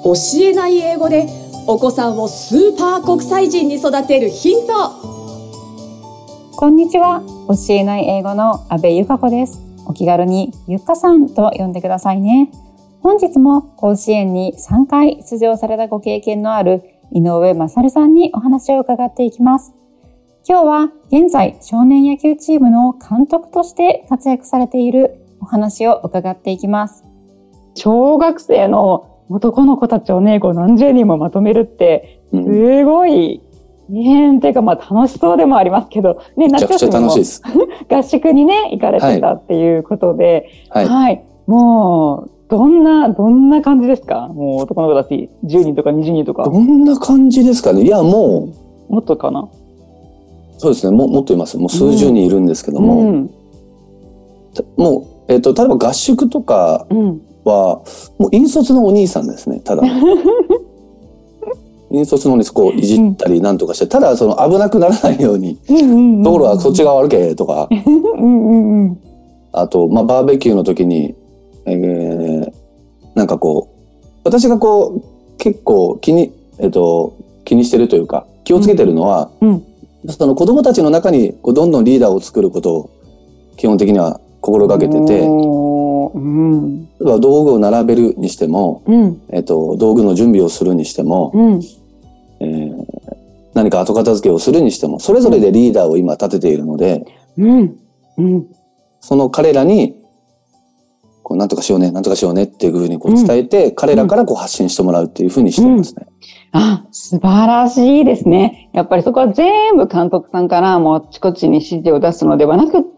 教えない英語でお子さんをスーパー国際人に育てるヒント。 こんにちは。教えない英語の阿部由香子です。お気軽にゆっかさんと呼んでくださいね。本日も甲子園に3回出場されたご経験のある井上勝さんにお話を伺っていきます。今日は現在少年野球チームの監督として活躍されているお話を伺っていきます。小学生の男の子たちをね、何十人もまとめるってすごい大変っていうか、楽しそうでもありますけどね、 夏休みも合宿にね行かれてたっていうことで、はい、もうどんな感じですか？もう男の子たち10人とか20人とか。 どんな感じですかね。いや、もっとかな。 そうですね。もっといます。もう数十人いるんですけども、もう例えば合宿とかは、もう引率のお兄さんですね。ただ引率のお兄さんいじったりなんとかして、ただその危なくならないように、道路はそっち側歩けとかあと、バーベキューの時になんか私が結構気にしてるというか気をつけてるのは、その子供たちの中にどんどんリーダーを作ることを基本的には心がけてて、道具を並べるにしても、道具の準備をするにしても、何か後片付けをするにしても、それぞれでリーダーを今立てているので、その彼らになんとかしようねっていう風に伝えて、彼らから発信してもらうっていう風にしてますね。 素晴らしいですね。やっぱりそこは全部監督さんからもうあっちこっちに指示を出すのではなくって、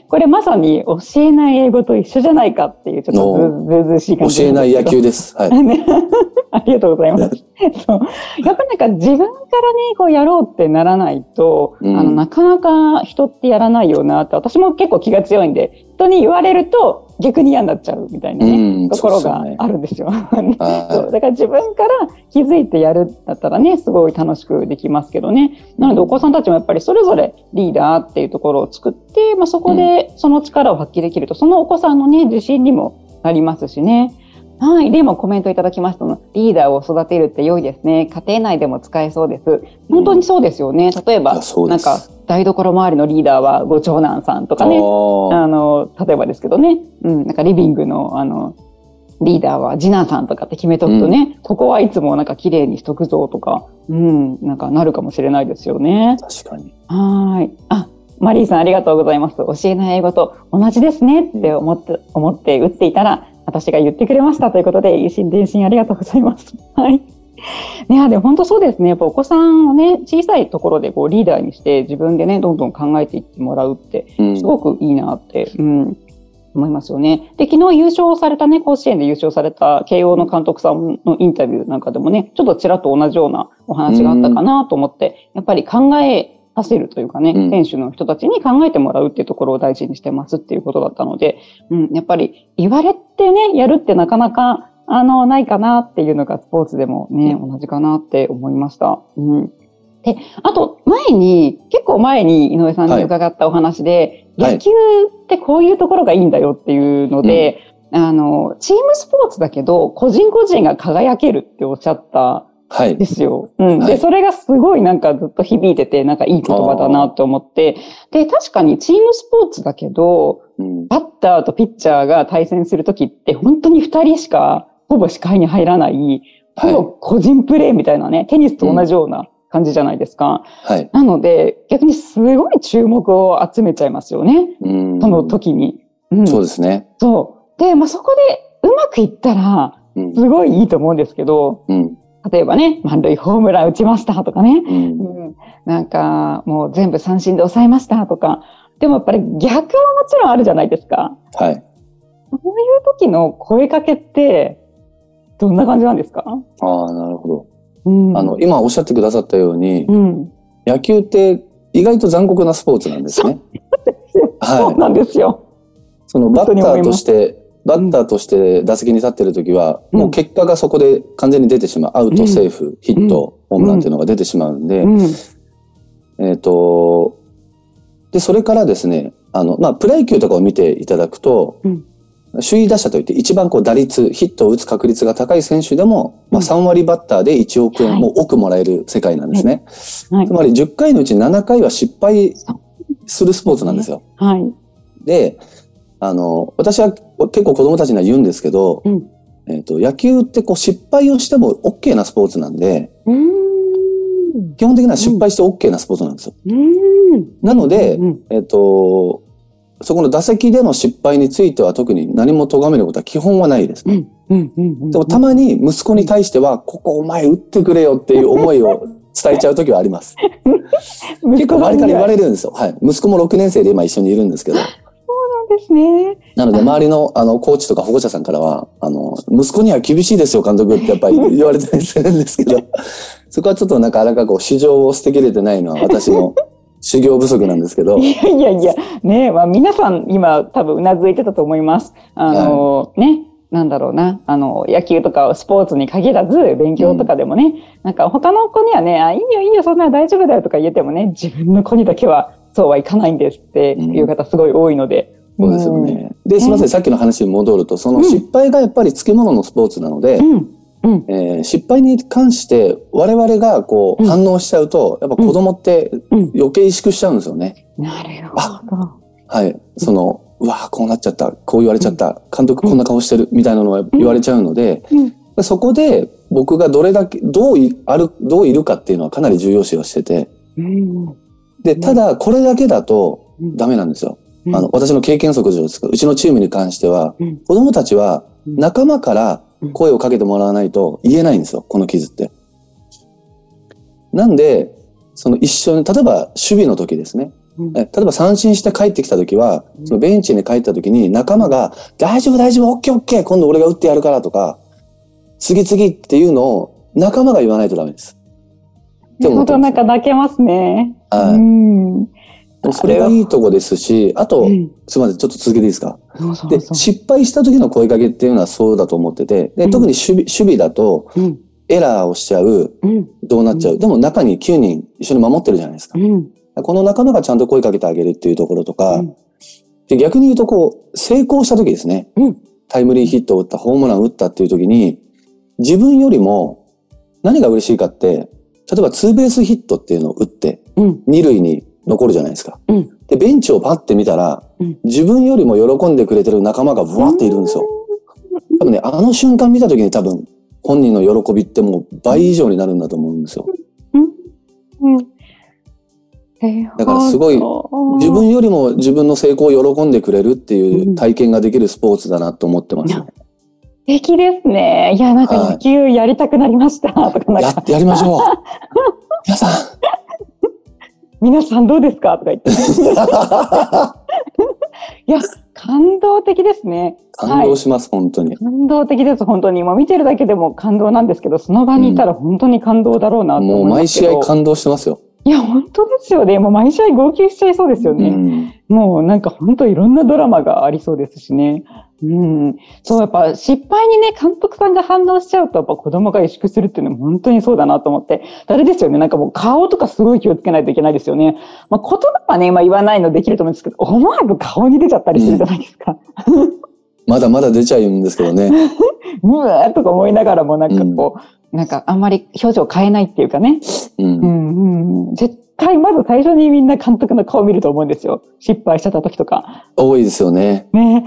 これまさに教えない英語と一緒じゃないかっていう、ちょっとずうずうしい感じ。 教えない野球です。はい。 ありがとうございます。やっぱり自分からね、やろうってならないと、なかなか人ってやらないよなって、私も結構気が強いんで、人に言われると逆に嫌になっちゃうみたいなね、ところがあるんですよ。だから自分から気づいてやるだったらね、すごい楽しくできますけどね。なのでお子さんたちもやっぱりそれぞれリーダーっていうところを作って、そこでその力を発揮できると、そのお子さんのね、自信にもなりますしね。はい。でもコメントいただきましたの、リーダーを育てるって良いですね。家庭内でも使えそうです。本当にそうですよね。例えば、台所周りのリーダーはご長男さんとかね。例えばですけどね。リビングのリーダーは次男さんとかって決めとくとね、ここはいつも綺麗にしとくぞとか、なるかもしれないですよね。 確かに。 はい。マリーさんありがとうございます。教えない英語と同じですねって思って打っていたら、私が言ってくれましたということで、以心伝心ありがとうございます。はい。でも本当そうですね。やっぱお子さんをね、小さいところでリーダーにして自分でね、どんどん考えていってもらうって、すごくいいなって、思いますよね。で、昨日優勝されたね、甲子園で優勝された慶応の監督さんのインタビューなんかでもね、ちょっとちらっと同じようなお話があったかなと思って、やっぱり考えさせるというかね、選手の人たちに考えてもらうっていうところを大事にしてますっていうことだったので、やっぱり言われてね、やるってなかなか、ないかなっていうのがスポーツでもね、同じかなって思いました。で、あと、結構前に井上さんに伺ったお話で、野球ってこういうところがいいんだよっていうので、チームスポーツだけど、個人個人が輝けるっておっしゃったですよ。で、それがすごいずっと響いてて、いい言葉だなと思って。で、確かにチームスポーツだけど、バッターとピッチャーが対戦するときって本当に2人しかほぼ視界に入らない、ほぼ個人プレーみたいなね、テニスと同じような感じじゃないですか。なので、逆にすごい注目を集めちゃいますよね。その時に。 そうですね。 そう。で、そこでうまくいったら、すごいいいと思うんですけど、例えばね、満塁ホームラン打ちましたとかね、もう全部三振で抑えましたとか、でもやっぱり逆はもちろんあるじゃないですか。そういう時の声かけって、どんな感じなんですか？ なるほど。今おっしゃってくださったように、野球って意外と残酷なスポーツなんですね。 そうなんですよ。 そのバッターとして打席に立っているときは、もう結果がそこで完全に出てしまう。アウト、セーフ、ヒット、ホームランっていうのが出てしまうんで、で、それからですね、プロ野球とかを見ていただくと、 首位打者といって一番こう打率、ヒットを打つ確率が高い選手でも、3割バッターで1億円も多くもらえる世界なんですね。はい、つまり10回のうち7回は失敗するスポーツなんですよ。 はい。 で、私は結構子供たちには言うんですけど、野球ってこう失敗をしても OK なスポーツなんで、基本的には失敗して OK なスポーツなんですよ。なので、そこの打席での失敗については特に何も咎めることは基本はないですね。でもたまに息子に対しては、ここお前打ってくれよっていう思いを伝えちゃう時はあります。結構周りから言われるんですよ。はい。息子も6年生で今一緒にいるんですけど。 そうなんですね。 なので周りのコーチとか保護者さんからは、息子には厳しいですよ監督ってやっぱり言われたりするんですけど、そこはちょっとなかなかこう市場を捨てきれてないのは私の修行不足なんですけど。 いやね、まあ皆さん今多分うなずいてたと思います。ね、なんだろうな、野球とかスポーツに限らず勉強とかでもね、なんか他の子にはね、いいよそんな大丈夫だよとか言えてもね、自分の子にだけはそうはいかないんですっていう方すごい多いので。 そうですよね。で、すみません、さっきの話に戻ると、その失敗がやっぱりつきもののスポーツなので、失敗に関して我々がこう反応しちゃうと、やっぱ子供って余計萎縮しちゃうんですよね。 なるほど。 はい。うわ、こうなっちゃった、こう言われちゃった、監督こんな顔してるみたいなのは言われちゃうので、そこで僕がどれだけ、どういるかっていうのはかなり重要視をしてて、で、ただこれだけだとダメなんですよ。私の経験則上ですが、うちのチームに関しては、子供たちは仲間から声をかけてもらわないと言えないんですよ、この傷って。なんで、一緒に、例えば守備の時ですね。例えば三振して帰ってきた時は、そのベンチに帰った時に仲間が、大丈夫、オッケー、今度俺が打ってやるからとか、次っていうのを仲間が言わないとダメです。 本当なんか泣けますね。 それがいいとこですし、あと、すみません、ちょっと続けていいですか。で、失敗した時の声かけっていうのはそうだと思ってて、で、特に守備だと、エラーをしちゃう、どうなっちゃう。でも中に9人一緒に守ってるじゃないですか。この仲間がちゃんと声かけてあげるっていうところとか、で逆に言うと成功した時ですね。タイムリーヒットを打った、ホームランを打ったっていう時に、自分よりも何が嬉しいかって、例えばツーベースヒットっていうのを打って、二塁に残るじゃないですか。で、ベンチをパッて見たら、自分よりも喜んでくれてる仲間がブワーっているんですよ。多分ね、あの瞬間見た時に多分、本人の喜びってもう倍以上になるんだと思うんですよ。だからすごい、自分よりも自分の成功を喜んでくれるっていう体験ができるスポーツだなと思ってますね。 素敵ですね。いや、なんか野球やりたくなりました。とかやりましょう。 皆さんどうですかとか言って。いや、感動的ですね。 感動します、本当に。 感動的です、本当に。もう見てるだけでも感動なんですけど、その場にいたら本当に感動だろうなと思いますけど。 もう毎試合感動してますよ。 いや、本当ですよね。もう毎試合号泣しちゃいそうですよね。もうなんか本当いろんなドラマがありそうですしね。そう、やっぱ失敗にね、監督さんが反応しちゃうと、やっぱ子供が萎縮するっていうのも本当にそうだなと思って。あれですよね。なんかもう顔とかすごい気をつけないといけないですよね。言葉はね、言わないのできると思うんですけど、思わず顔に出ちゃったりするじゃないですか。 まだまだ出ちゃうんですけどね。 うわーとか思いながらもなんかなんかあんまり表情変えないっていうかね。絶対まず最初にみんな監督の顔見ると思うんですよ。失敗しちゃった時とか。 多いですよね。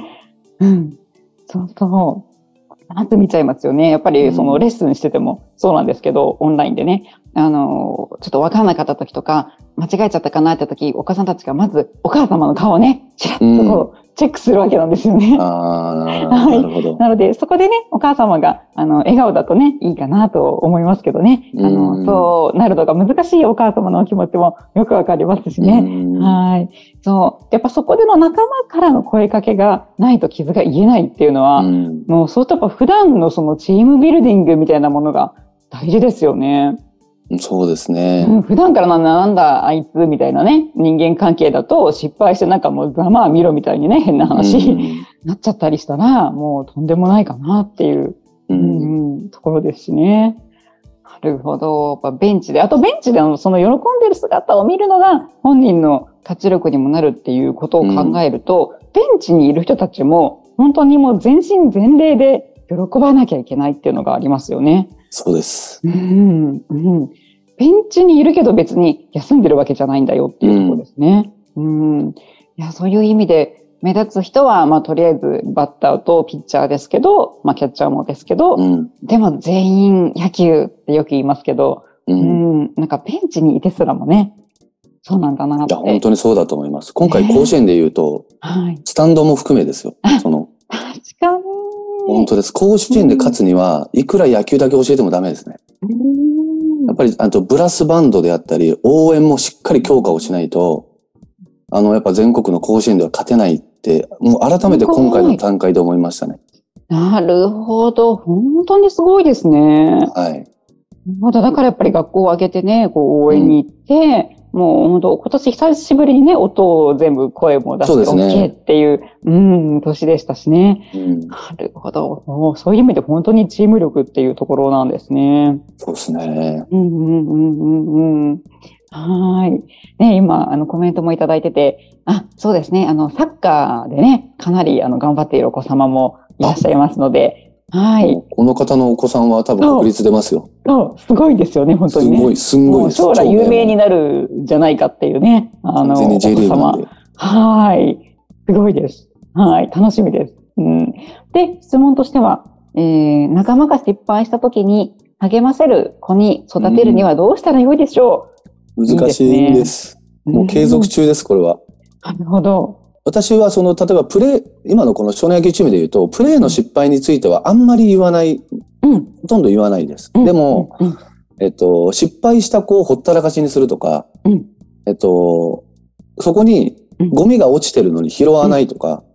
そう。まず見ちゃいますよね。やっぱりレッスンしててもそうなんですけど、オンラインでね。ちょっと分からなかった時とか、間違えちゃったかなって時、お母さんたちがまずお母様の顔をね、ちらっとチェックするわけなんですよね。 なるほど。 なので、そこでね、お母様が、笑顔だとね、いいかなと思いますけどね。そうなるのが難しいお母様のお気持ちもよくわかりますしね。そう。やっぱそこでの仲間からの声かけがないと傷が言えないっていうのは、もうそうとやっぱ普段のそのチームビルディングみたいなものが大事ですよね。 そうですね。 普段からなんだあいつみたいなね、人間関係だと失敗してなんかもうざまあ見ろみたいにね、変な話になっちゃったりしたら、もうとんでもないかなっていう、ところですしね。なるほど。やっぱベンチでのその喜んでる姿を見るのが本人の活力にもなるっていうことを考えると、ベンチにいる人たちも本当にもう全身全霊で喜ばなきゃいけないっていうのがありますよね。 そうです。 ベンチにいるけど別に休んでるわけじゃないんだよっていうところですね。いや、そういう意味で目立つ人は、とりあえずバッターとピッチャーですけど、キャッチャーもですけど、でも全員野球ってよく言いますけど、なんかベンチにいてすらもね、そうなんだなって。 いや、本当にそうだと思います。今回甲子園で言うと、スタンドも含めですよ。 確かに。 本当です。甲子園で勝つには、いくら野球だけ教えてもダメですね。やっぱり、ブラスバンドであったり、応援もしっかり強化をしないと、やっぱ全国の甲子園では勝てないって、もう改めて今回の段階で思いましたね。 なるほど。本当にすごいですね。 はい。 だからやっぱり学校を挙げてね、応援に行って、もう本当今年久しぶりにね、音を全部声も出して OK っていう、年でしたしね。なるほど。そういう意味で本当にチーム力っていうところなんですね。 そうですね。 はい。ね、今、コメントもいただいてて、そうですね、サッカーでね、かなり、頑張っているお子様もいらっしゃいますので、はい。 この方のお子さんは多分確率出ますよ。 すごいですよね、本当にね。 すんごいです。 将来有名になるんじゃないかっていうね、お子様。はい。すごいです。はい。楽しみです。で、質問としては、仲間が失敗した時に励ませる子に育てるにはどうしたらよいでしょう？難しいです。もう継続中です、これは。 なるほど。 私は例えば今のこの少年野球チームで言うと、プレーの失敗についてはあんまり言わない、ほとんど言わないです。でも、失敗した子をほったらかしにするとか、そこにゴミが落ちてるのに拾わないとか、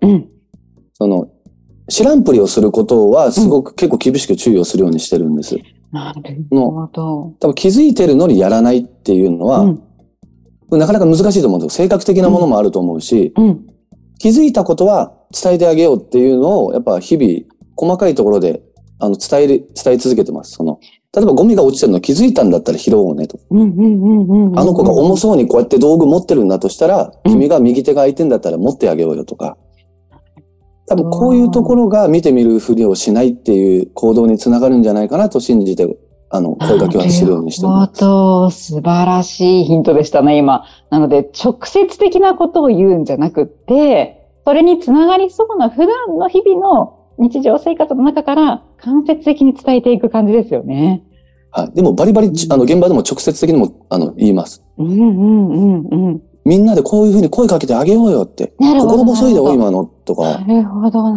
知らんぷりをすることはすごく結構厳しく注意をするようにしてるんです。 なるほど。 多分気づいてるのにやらないっていうのは、なかなか難しいと思うんですよ。性格的なものもあると思うし、気づいたことは伝えてあげようっていうのを、やっぱ日々細かいところで伝え続けてます。例えばゴミが落ちてるの気づいたんだったら拾おうねと。あの子が重そうにこうやって道具持ってるんだとしたら、君が右手が空いてんだったら持ってあげようよとか。多分こういうところが見てみるふりをしないっていう行動につながるんじゃないかなと信じて、声掛けはするようにしてます。 素晴らしいヒントでしたね、今。なので、直接的なことを言うんじゃなくって、それにつながりそうな普段の日々の日常生活の中から間接的に伝えていく感じですよね。 はい。でもバリバリ、現場でも直接的にも、言います。みんなでこういうふうに声かけてあげようよって。心細いでよ、今の、とか。 なるほど。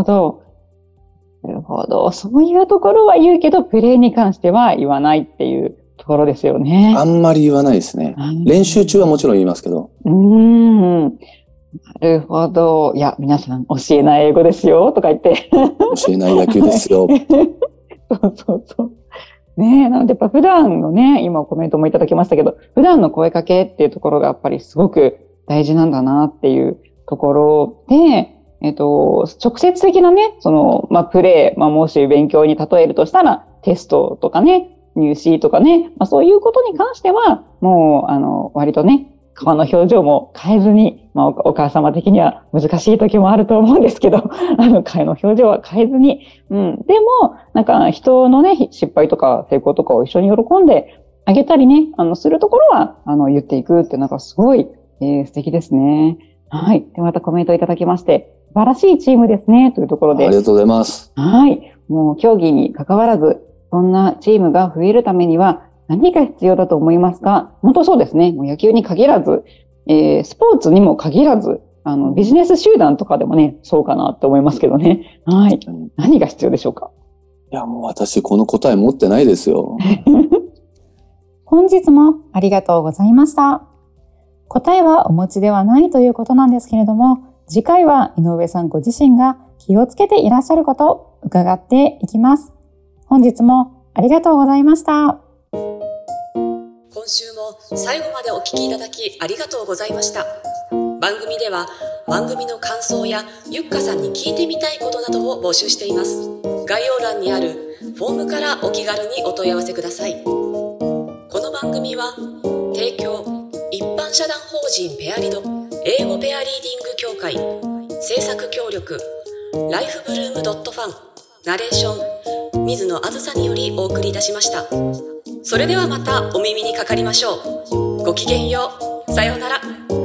そういうところは言うけど、プレーに関しては言わないっていうところですよね。 あんまり言わないですね。練習中はもちろん言いますけど。 なるほど。いや、皆さん教えない英語ですよ、とか言って。 教えない野球ですよ。 そう。ねえ、なのでやっぱ普段のね、今コメントもいただきましたけど、普段の声かけっていうところがやっぱりすごく大事なんだなっていうところで、直接的なね、プレー、もし勉強に例えるとしたら、テストとかね、入試とかね、そういうことに関しては、もう、割とね、顔の表情も変えずに、お母様的には難しい時もあると思うんですけど、顔の表情は変えずに、でも、なんか人のね、失敗とか成功とかを一緒に喜んであげたりね、するところは、言っていくってなんかすごい、素敵ですね。はい。で、またコメントいただきまして、素晴らしいチームですね、というところで。 ありがとうございます。 はい。もう競技に関わらず、そんなチームが増えるためには何が必要だと思いますか？本当そうですね。もう野球に限らず、スポーツにも限らず、ビジネス集団とかでもね、そうかなと思いますけどね。はい。何が必要でしょうか？ いや、もう私この答え持ってないですよ。 本日もありがとうございました。答えはお持ちではないということなんですけれども、次回は井上さんご自身が気をつけていらっしゃることを伺っていきます。本日もありがとうございました。 今週も最後までお聞きいただきありがとうございました。番組では番組の感想やゆっかさんに聞いてみたいことなどを募集しています。概要欄にあるフォームからお気軽にお問い合わせください。この番組は提供一般社団法人ペアリド英語ペアリーディング協会制作協力ライフブルームドットファン、ナレーション水野あずさによりお送りいたしました。それではまたお耳にかかりましょう。ごきげんよう。さようなら。